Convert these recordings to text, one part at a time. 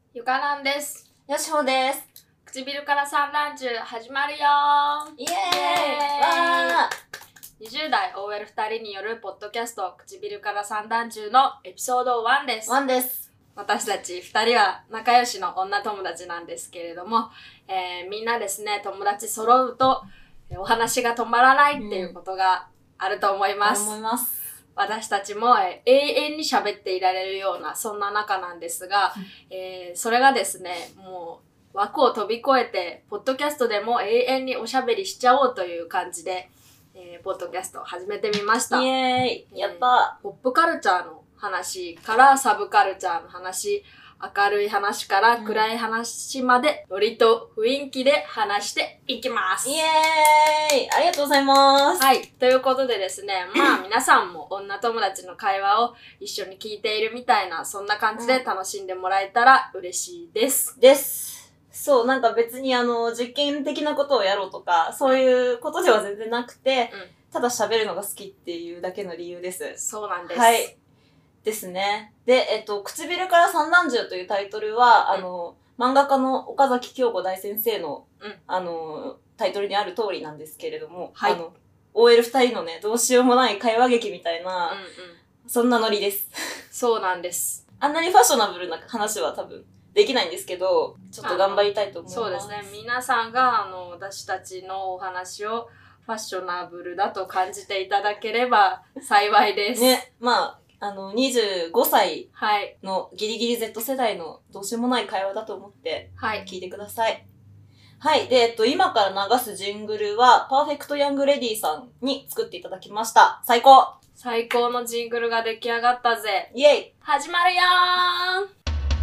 ゆかなんです。 よしほです。 唇から散弾銃始まるよイエーイわー。20代 OL2 人によるポッドキャスト唇から散弾銃のエピソード1です。 1です。 私たち2人は仲良しの女友達なんですけれども、みんなですね、友達揃うとお話が止まらないっていうことがあると思います。私たちも永遠に喋っていられるようなそんな仲なんですが、それがですね、もう枠を飛び越えてポッドキャストでも永遠におしゃべりしちゃおうという感じで、ポッドキャストを始めてみました。 イエーイ、やった。 ポップカルチャーの話からサブカルチャーの話、明るい話から暗い話まで、ノリと雰囲気で話していきます。 イエーイ、ありがとうございます。 はい。ということでですね、まあ皆さんも女友達の会話を一緒に聞いているみたいな、そんな感じで楽しんでもらえたら嬉しいです。 そう、なんか別に実験的なことをやろうとか、そういうことでは全然なくて、ただ喋るのが好きっていうだけの理由です。 そうなんです。 はい。ですね。で、唇から散弾銃というタイトルは、漫画家の岡崎京子大先生の、タイトルにある通りなんですけれども、 はい、 OL 二人のね、どうしようもない会話劇みたいな、そんなノリです。 そうなんです。 あんなにファッショナブルな話は多分できないんですけど、ちょっと頑張りたいと思います。 そうですね。皆さんが、私たちのお話をファッショナブルだと感じていただければ幸いです。 ね、まあ、25歳のギリギリ Z 世代のどうしようもない会話だと思って聞いてください。はい。で、今から流すジングルは、パーフェクトヤングレディさんに作っていただきました。最高のジングルが出来上がったぜ。 イェイ始まるよー。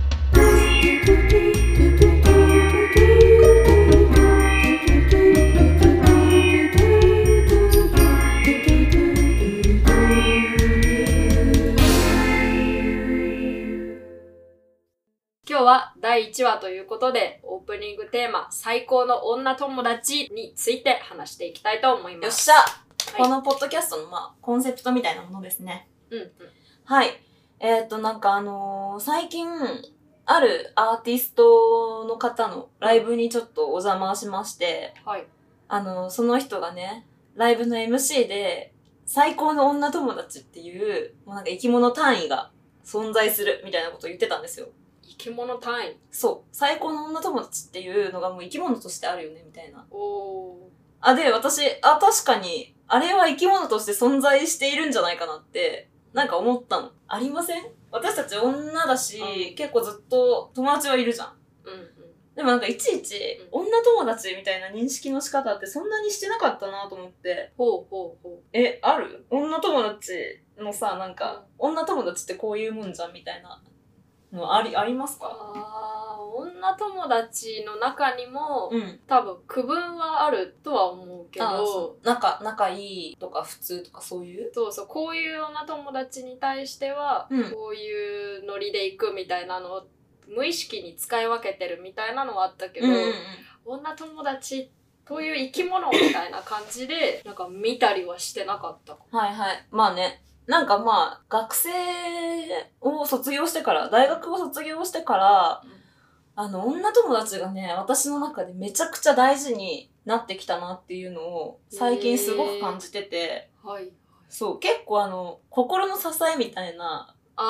今日は第1話ということで、オープニングテーマ、最高の女友達について話していきたいと思います。 よっしゃ、このポッドキャストの、コンセプトみたいなものですね。はい。なんか最近、あるアーティストの方のライブにちょっとお邪魔しまして、その人がね、ライブの MC で、最高の女友達っていう、もうなんか生き物単位が存在するみたいなことを言ってたんですよ。 生き物単位？ そう。最高の女友達っていうのがもう生き物としてあるよね、みたいな。で、私、確かに、あれは生き物として存在しているんじゃないかなって、なんか思ったの。ありません？私たち女だし、結構ずっと友達はいるじゃん。でもなんかいちいち、女友達みたいな認識の仕方ってそんなにしてなかったなと思って。ある？女友達のさ、なんか、女友達ってこういうもんじゃんみたいなのありますか？ 女友達の中にも、多分区分はあるとは思うけど、 仲いいとか普通とかそういう？ そうこういう女友達に対しては、こういうノリで行くみたいなのを無意識に使い分けてるみたいなのはあったけど、女友達という生き物みたいな感じでなんか見たりはしてなかった。 はいはい。まあね。なんか学生を卒業してから、大学を卒業してから、女友達がね、私の中でめちゃくちゃ大事になってきたなっていうのを最近すごく感じてて、そう、結構心の支えみたいな、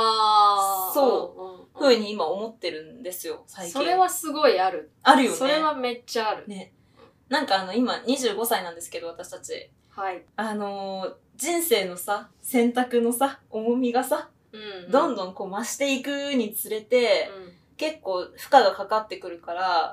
風に今思ってるんですよ、最近。 それはすごいある。 あるよね。 それはめっちゃある。 ね。なんか今25歳なんですけど、私たち。人生のさ、選択のさ、重みがさ、どんどんこう増していくにつれて、結構負荷がかかってくるから、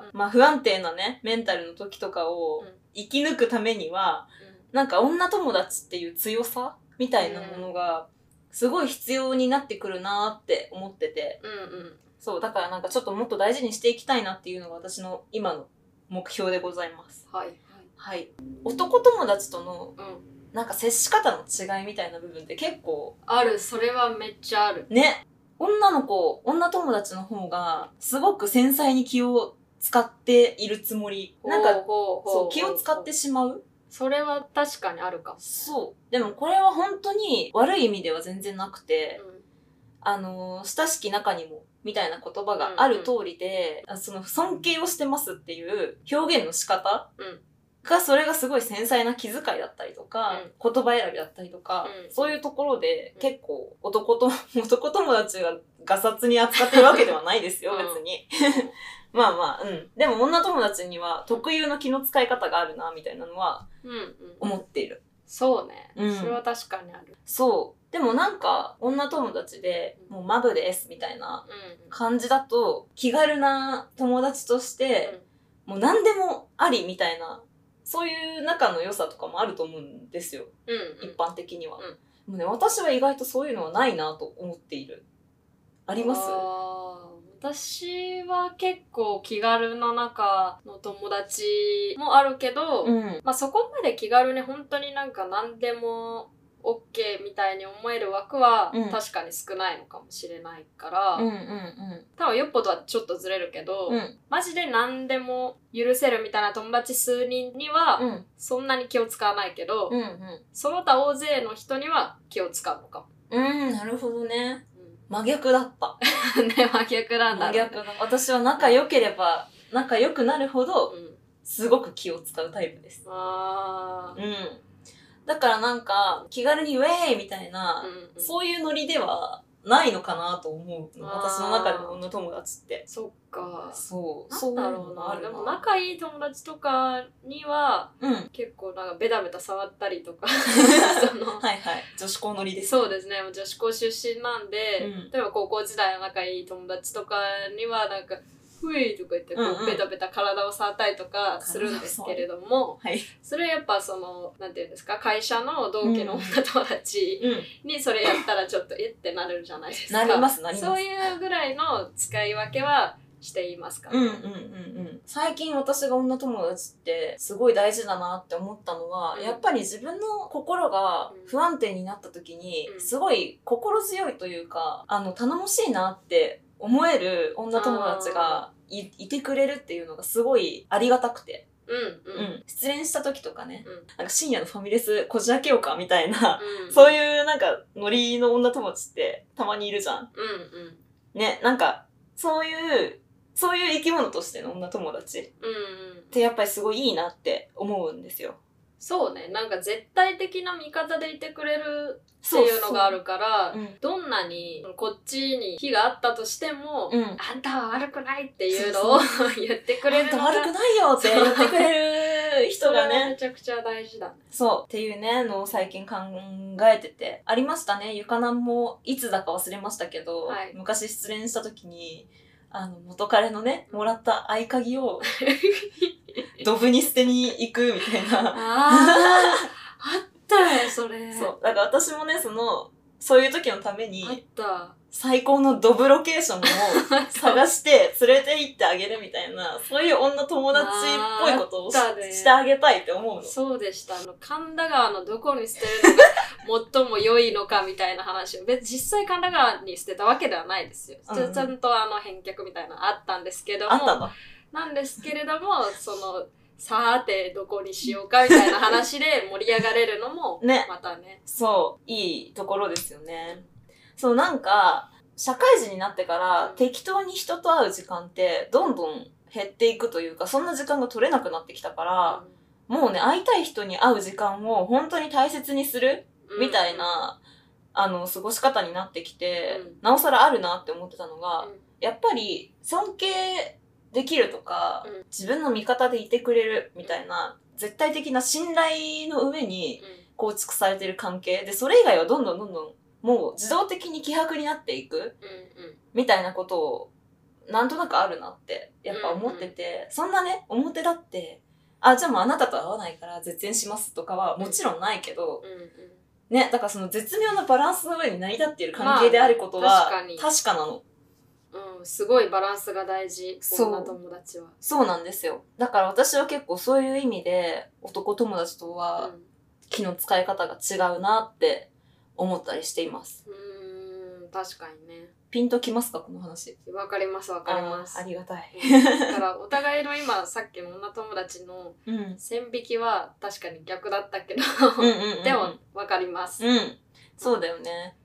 不安定なね、メンタルの時とかを生き抜くためには、なんか女友達っていう強さみたいなものが、すごい必要になってくるなーって思ってて、そう、だからなんかちょっともっと大事にしていきたいなっていうのが私の今の目標でございます。はい。男友達との、なんか接し方の違いみたいな部分って結構ある。それはめっちゃある。 ね。女友達の方がすごく繊細に気を使っているつもり。なんか、そう、気を使ってしまう。 それは確かにあるかも。 そう。でもこれは本当に悪い意味では全然なくて、親しき中にもみたいな言葉がある通りで、その尊敬をしてますっていう表現の仕方が、それがすごい繊細な気遣いだったりとか、言葉選びだったりとか、そういうところで結構男友達がガサツに扱ってるわけではないですよ、別に。まあまあ、でも女友達には特有の気の使い方があるな、みたいなのは思っている。 そうね。それは確かにある。 そう。でもなんか、女友達で、もうマブですみたいな感じだと、気軽な友達として、もう何でもありみたいな、そういう仲の良さとかもあると思うんですよ。一般的には。もうね、私は意外とそういうのはないなと思っている。あります？ 私は結構気軽な仲の友達もあるけど、まあそこまで気軽に本当になんか何でも OK みたいに思える枠は確かに少ないのかもしれないから、多分よっぽどはちょっとずれるけど、マジで何でも許せるみたいな友達数人にはそんなに気を使わないけど、その他大勢の人には気を使うのかも。 なるほどね。真逆だった。 ね、真逆なんだ、 真逆だ。私は仲良ければ、仲良くなるほど、すごく気を使うタイプです。だからなんか、気軽にウェーイみたいな、そういうノリではないのかなと思うの。私の中での女友達って。 そっか。 そう。 なんだろうな。でも仲いい友達とかには、結構なんかベタベタ触ったりとか。 はいはい。女子校ノリです。 そうですね。女子校出身なんで、例えば高校時代の仲いい友達とかにはなんか、ふいとか言ってこうベタベタ体を触ったりとかするんですけれども、それやっぱそのなんていうんですか、会社の同期の女友達にそれやったらちょっとってなるじゃないですか。 なりますなります。 そういうぐらいの使い分けはしていますかね。 最近私が女友達ってすごい大事だなって思ったのは、やっぱり自分の心が不安定になった時にすごい心強いというか、頼もしいなって思える女友達がいてくれるっていうのがすごいありがたくて。失恋した時とかね、なんか深夜のファミレスこじ開けようかみたいな、そういうなんかノリの女友達ってたまにいるじゃん。ね、なんかそういう生き物としての女友達ってやっぱりすごいいいなって思うんですよ。 そうね。なんか絶対的な味方でいてくれるっていうのがあるから、どんなにこっちに非があったとしても、あんたは悪くないっていうのを言ってくれるのが。 あんた悪くないよって言ってくれる人がね。 めちゃくちゃ大事だね。 そう。っていうね、のを最近考えてて。ありましたね。ゆかなんもいつだか忘れましたけど、昔失恋した時に、元彼のね、もらった合鍵を、ドブに捨てに行くみたいな。 あったよ、それ。 そう。だから私もね、そういう時のために、 あった。 最高のドブロケーションを探して連れて行ってあげるみたいな、そういう女友達っぽいことをしてあげたいって思うの。 そうでした。神田川のどこに捨てるのが最も良いのかみたいな話を、実際神田川に捨てたわけではないですよ。ちゃんと返却みたいなのあったんですけども。 あったの？ なんですけれども、さーてどこにしようかみたいな話で盛り上がれるのも、またね。 そう、いいところですよね。そう、なんか、社会人になってから適当に人と会う時間ってどんどん減っていくというか、そんな時間が取れなくなってきたから、もうね、会いたい人に会う時間を本当に大切にするみたいな、過ごし方になってきて、なおさらあるなって思ってたのが、やっぱり尊敬できるとか、自分の味方でいてくれるみたいな、絶対的な信頼の上に構築されてる関係で、それ以外はどんどんもう自動的に希薄になっていくみたいなことをなんとなくあるなってやっぱ思ってて、そんなね、表だって、じゃあもうあなたと会わないから絶縁しますとかはもちろんないけど、ね、だからその絶妙なバランスの上に成り立っている関係であることは確かなの。 すごいバランスが大事、女友達は。 そうなんですよ。だから私は結構そういう意味で男友達とは気の使い方が違うなって思ったりしています。 確かにね。 ピンときますか、この話。 わかります。 ありがたい。 だからお互いの今さっきの女友達の線引きは確かに逆だったけど、でもわかります。 そうだよね。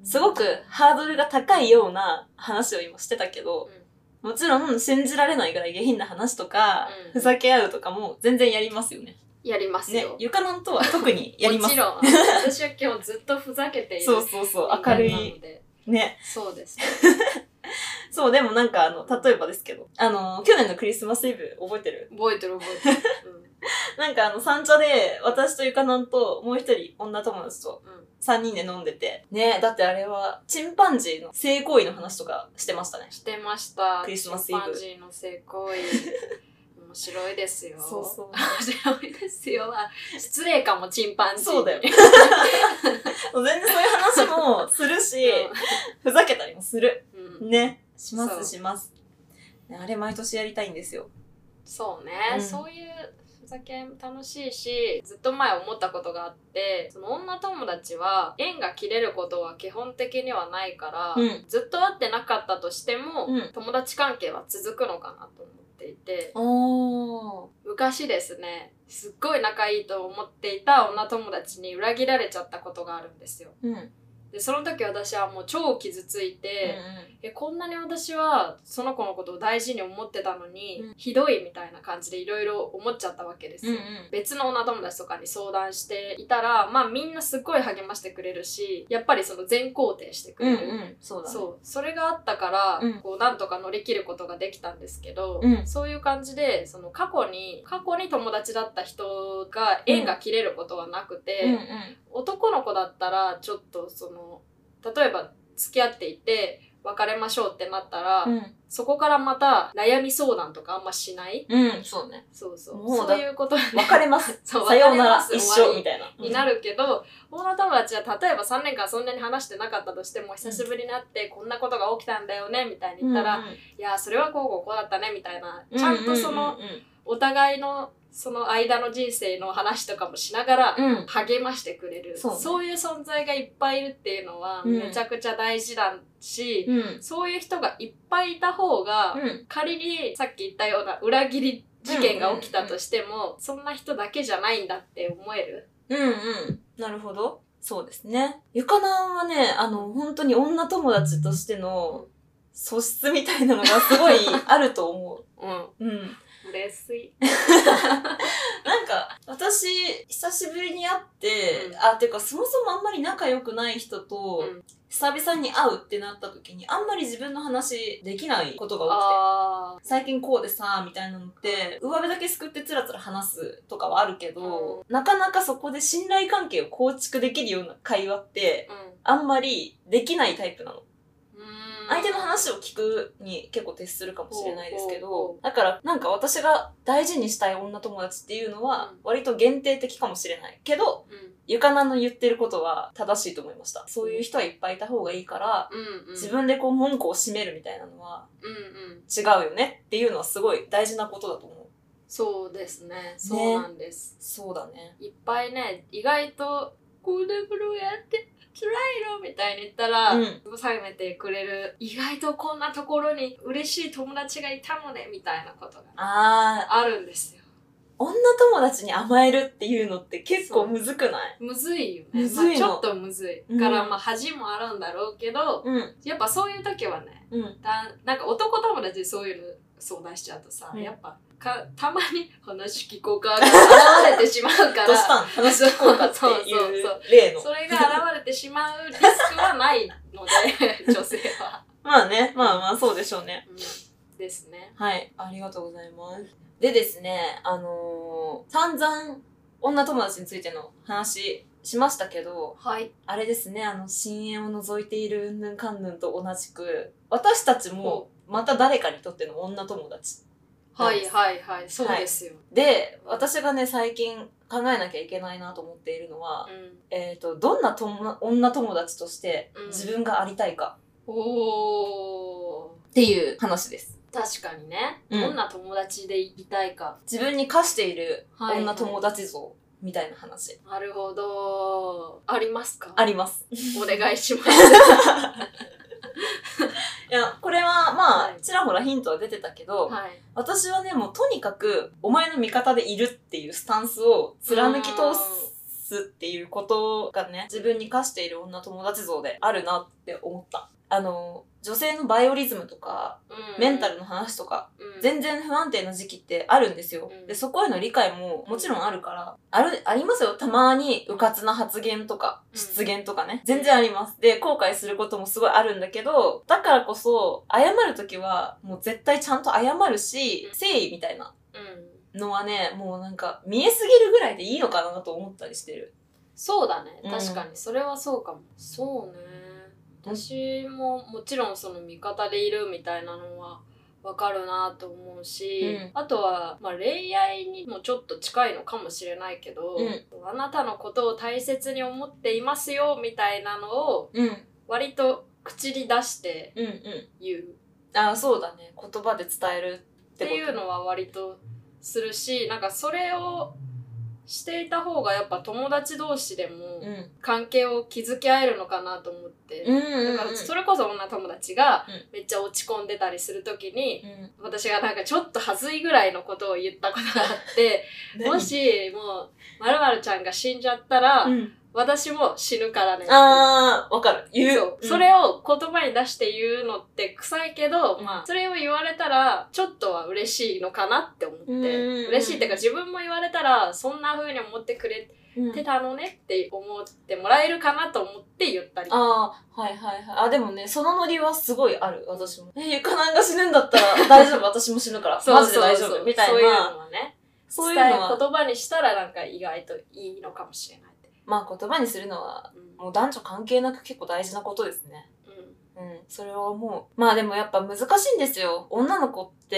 すごくハードルが高いような話を今してたけど、もちろん信じられないぐらい下品な話とか、ふざけ合うとかも全然やりますよね。 やりますよ。 ね、ゆかなんとは特にやります。 もちろん。私は今日ずっとふざけている。 そうそうそう、明るい。ね。 そうです。 そう、でもなんか例えばですけど、去年のクリスマスイブ覚えてる？ 覚えてる。 なんか三茶で、私とゆかなんともう一人女友達と3人で飲んでて。ね、だってあれは、チンパンジーの性行為の話とかしてましたね。 してました。 クリスマスイブ。 チンパンジーの性行為。面白いですよ。 そうそう。 面白いですよ。失礼かも、チンパンジー。 そうだよ。全然そういう話もするし、ふざけたりもする。ね。します。あれ毎年やりたいんですよ。 そうね。そういうふざけ楽しいし、ずっと前思ったことがあって、その女友達は縁が切れることは基本的にはないから、ずっと会ってなかったとしても、友達関係は続くのかなと思っていて、昔ですね、すっごい仲いいと思っていた女友達に裏切られちゃったことがあるんですよ。で、その時私はもう超傷ついて、こんなに私はその子のことを大事に思ってたのに、ひどいみたいな感じでいろいろ思っちゃったわけですよ。別の女友達とかに相談していたら、まあみんなすっごい励ましてくれるし、やっぱりその全肯定してくれる。 そうだね。 そう。それがあったから、こうなんとか乗り切ることができたんですけど、そういう感じで、その過去に友達だった人が縁が切れることはなくて、男の子だったらちょっとその例えば付き合っていて別れましょうってなったら、そこからまた悩み相談とかあんましない。 そうね。 そういうことで別れます。さようなら一緒みたいなになるけど、女友達は例えば3年間そんなに話してなかったとしても、久しぶりに会ってこんなことが起きたんだよねみたいに言ったら、いやそれはこうだったねみたいな、ちゃんとそのお互いのその間の人生の話とかもしながら励ましてくれる、そういう存在がいっぱいいるっていうのはめちゃくちゃ大事だし、そういう人がいっぱいいた方が、仮にさっき言ったような裏切り事件が起きたとしても、そんな人だけじゃないんだって思える。 なるほど。そうですね。ゆかなんはね、本当に女友達としての素質みたいなのがすごいあると思う。 嬉しい。 なんか、私、久しぶりに会って、てかそもそもあんまり仲良くない人と、久々に会うってなった時に、あんまり自分の話できないことが多くて、最近こうでさ、みたいなのって、上辺だけすくってつらつら話すとかはあるけど、なかなかそこで信頼関係を構築できるような会話って、あんまりできないタイプなの。相手の話を聞くに結構徹するかもしれないですけど、だからなんか私が大事にしたい女友達っていうのは割と限定的かもしれないけど、ゆかなの言ってることは正しいと思いました。そういう人はいっぱいいた方がいいから、自分でこう門戸を閉めるみたいなのは違うよねっていうのはすごい大事なことだと思う。そうですね。そうなんです。 そうだね。 いっぱいね、意外とこういうことをやって辛いのみたいに言ったら、収めてくれる、意外とこんなところに嬉しい友達がいたのねみたいなことがあるんですよ。 女友達に甘えるっていうのって結構むずくない？ むずいよね。ちょっとむずい。から恥もあるんだろうけど、やっぱそういう時はね、なんか男友達でそういうの相談しちゃうとさ、やっぱたまに話聞こうかが現れてしまうから。 どうしたん？話聞こうかっていう例の。 それが現れてしまうリスクはないので、女性は。 まあね、まあそうでしょうね。 ですね。 はい、ありがとうございます。でですね、散々女友達についての話しましたけど、あれですね、深淵を覗いているうんぬんかんぬんと同じく、私たちもまた誰かにとっての女友達。そうですよ。で、私がね、最近考えなきゃいけないなと思っているのは、どんな女友達として自分がありたいか。っていう話です。 確かにね。どんな友達でいたいか。 自分に課している女友達像みたいな話。 なるほど。ありますか？ あります。 お願いします。 いや、これはまあ、ちらほらヒントは出てたけど、私はね、もうとにかくお前の味方でいるっていうスタンスを貫き通すっていうことがね、自分に課している女友達像であるなって思った。女性のバイオリズムとか、メンタルの話とか、全然不安定な時期ってあるんですよ。で、そこへの理解ももちろんあるから、ありますよ。たまに迂闊な発言とか、失言とかね。全然あります。で、後悔することもすごいあるんだけど、だからこそ、謝るときは、もう絶対ちゃんと謝るし、誠意みたいなのはね、もうなんか、見えすぎるぐらいでいいのかなと思ったりしてる。 そうだね。確かに。それはそうかも。そうね。私ももちろんその味方でいるみたいなのはわかるなと思うし、あとは、まあ、恋愛にもちょっと近いのかもしれないけど、あなたのことを大切に思っていますよみたいなのを割と口に出して言う。 あ、そうだね。言葉で伝えるっていうのは割とするし、なんかそれをしていた方がやっぱ友達同士でも関係を築き合えるのかなと思って、だからそれこそ女友達がめっちゃ落ち込んでたりする時に、私がなんかちょっと恥ずいぐらいのことを言ったことがあってもしもう〇〇ちゃんが死んじゃったら、私も死ぬからね。 あー、わかる。言う。 そう。それを言葉に出して言うのって臭いけど、まあ、それを言われたら、ちょっとは嬉しいのかなって思って。嬉しいっていうか、自分も言われたら、そんな風に思ってくれてたのねって思ってもらえるかなと思って言ったり。 ああ、はいはいはい。あ、でもね、そのノリはすごいある、私も。ゆかなんが死ぬんだったら大丈夫、私も死ぬから。マジで大丈夫、みたいな。 そういうのはね。そういうのは。言葉にしたらなんか意外といいのかもしれない。 まあ言葉にするのは、もう男女関係なく結構大事なことですね。それは思う。まあでもやっぱ難しいんですよ。女の子って、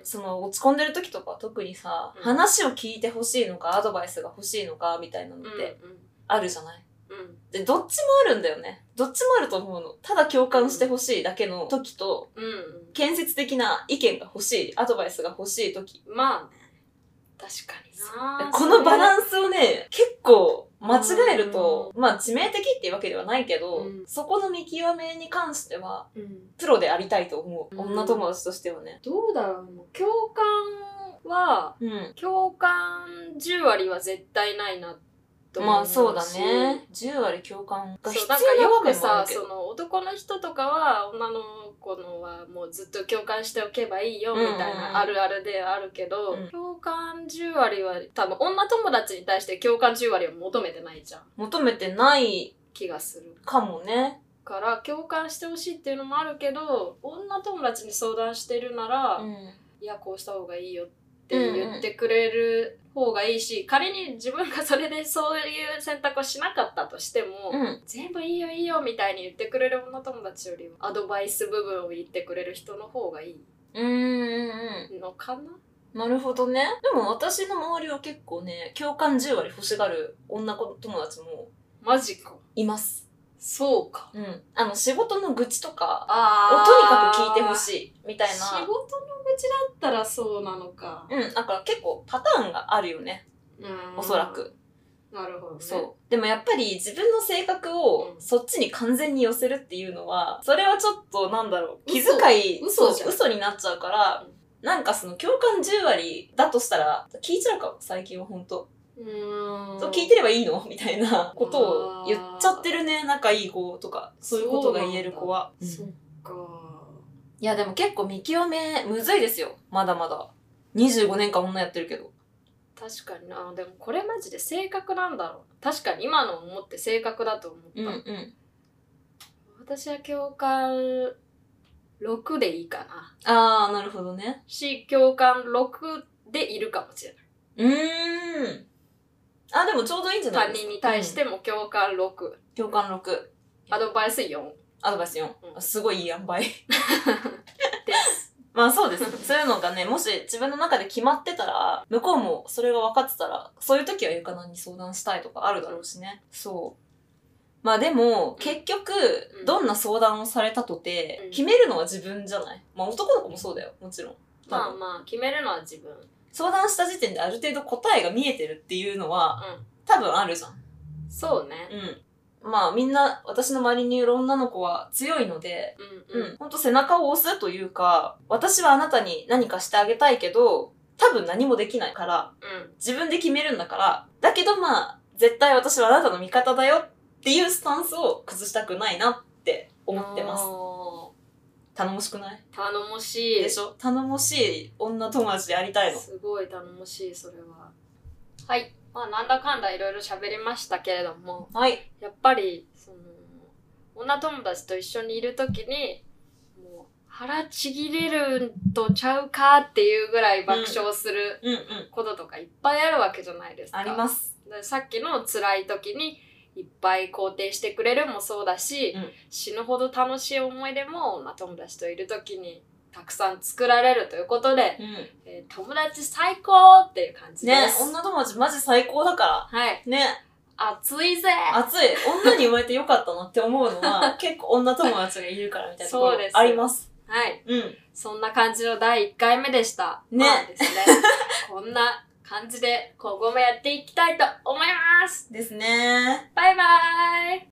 その落ち込んでる時とか特にさ、話を聞いてほしいのか、アドバイスが欲しいのか、みたいなのってあるじゃない？で、どっちもあるんだよね。どっちもあると思うの。ただ共感してほしいだけの時と、建設的な意見が欲しい、アドバイスが欲しい時。 まあね。確かにな。 このバランスをね、結構、間違えると、まあ致命的っていうわけではないけど、そこの見極めに関しては、プロでありたいと思う。女友達としてはね。 どうだろう。共感は、共感10割は絶対ないなと思う。 まあそうだね。10割共感が必要なそう、なんかよくさ、その男の人とかは女の子のはもうずっと共感しておけばいいよみたいなあるあるであるけど、共感10割は多分女友達に対して共感10割は求めてないじゃん。 求めてない気がする。 かもね。 から共感してほしいっていうのもあるけど、女友達に相談してるなら、いやこうした方がいいよって言ってくれる方がいいし、仮に自分がそれでそういう選択をしなかったとしても、全部いいよいいよみたいに言ってくれる女友達よりはアドバイス部分を言ってくれる人の方がいいのかな。 なるほどね。でも私の周りは結構ね、共感10割欲しがる女友達もマジかいます。 そうか。 仕事の愚痴とかをとにかく聞いてほしいみたいな。 仕事の愚痴だったらそうなのか。 だから結構パターンがあるよね。おそらく。 なるほどね。 そう。でもやっぱり自分の性格をそっちに完全に寄せるっていうのは、それはちょっとなんだろう、気遣い、嘘になっちゃうから、なんかその共感10割だとしたら、聞いちゃうかも、最近はほんと。そう聞いてればいいのみたいなことを言っちゃってるね、仲いい子とか、そういうことが言える子は。 そっか。 いやでも結構見極めむずいですよ、まだまだ。25年間女やってるけど。 確かにな。でもこれマジで性格なんだろう。確かに今の思って性格だと思った。私は共感6でいいかな。なるほどね。 共感6でいるかもしれない。 でもちょうどいいんじゃないですか。 他人に対しても共感6。 共感6。 アドバイス4。 アドバイス4。すごいいい塩梅。です。まあそうです。そういうのがね、もし自分の中で決まってたら、向こうもそれが分かってたら、そういう時はゆかなに相談したいとかあるだろうしね。そう。まあでも、結局、どんな相談をされたとて、決めるのは自分じゃない。まあ男の子もそうだよ、もちろん。 まあまあ、決めるのは自分。 相談した時点である程度答えが見えてるっていうのは、多分あるじゃん。 そうね。 まあみんな、私の周りにいる女の子は強いので、ほんと背中を押すというか、私はあなたに何かしてあげたいけど、多分何もできないから、自分で決めるんだから、だけどまあ、 絶対私はあなたの味方だよっていうスタンスを崩したくないなって思ってます。頼もしくない？ 頼もしい。 でしょ？頼もしい女友達でありたいの。 すごい頼もしい、それは。はい。まあ、なんだかんだいろいろ喋りましたけれども、 はい。 やっぱり、女友達と一緒にいるときに、もう、腹ちぎれるんとちゃうかっていうぐらい爆笑することとかいっぱいあるわけじゃないですか。 あります。 さっきの辛い時にいっぱい肯定してくれるもそうだし、死ぬほど楽しい思い出も女友達といる時にたくさん作られるということで、友達最高っていう感じです。 ね、女友達マジ最高だから。 はい。 ね。 熱いぜ。 熱い。女に生まれてよかったなって思うのは結構女友達がいるからみたいなところあります。 はい。そんな感じの第1回目でした。ね。まあですね。こんな感じで今後もやっていきたいと思います。 ですね。 バイバーイ。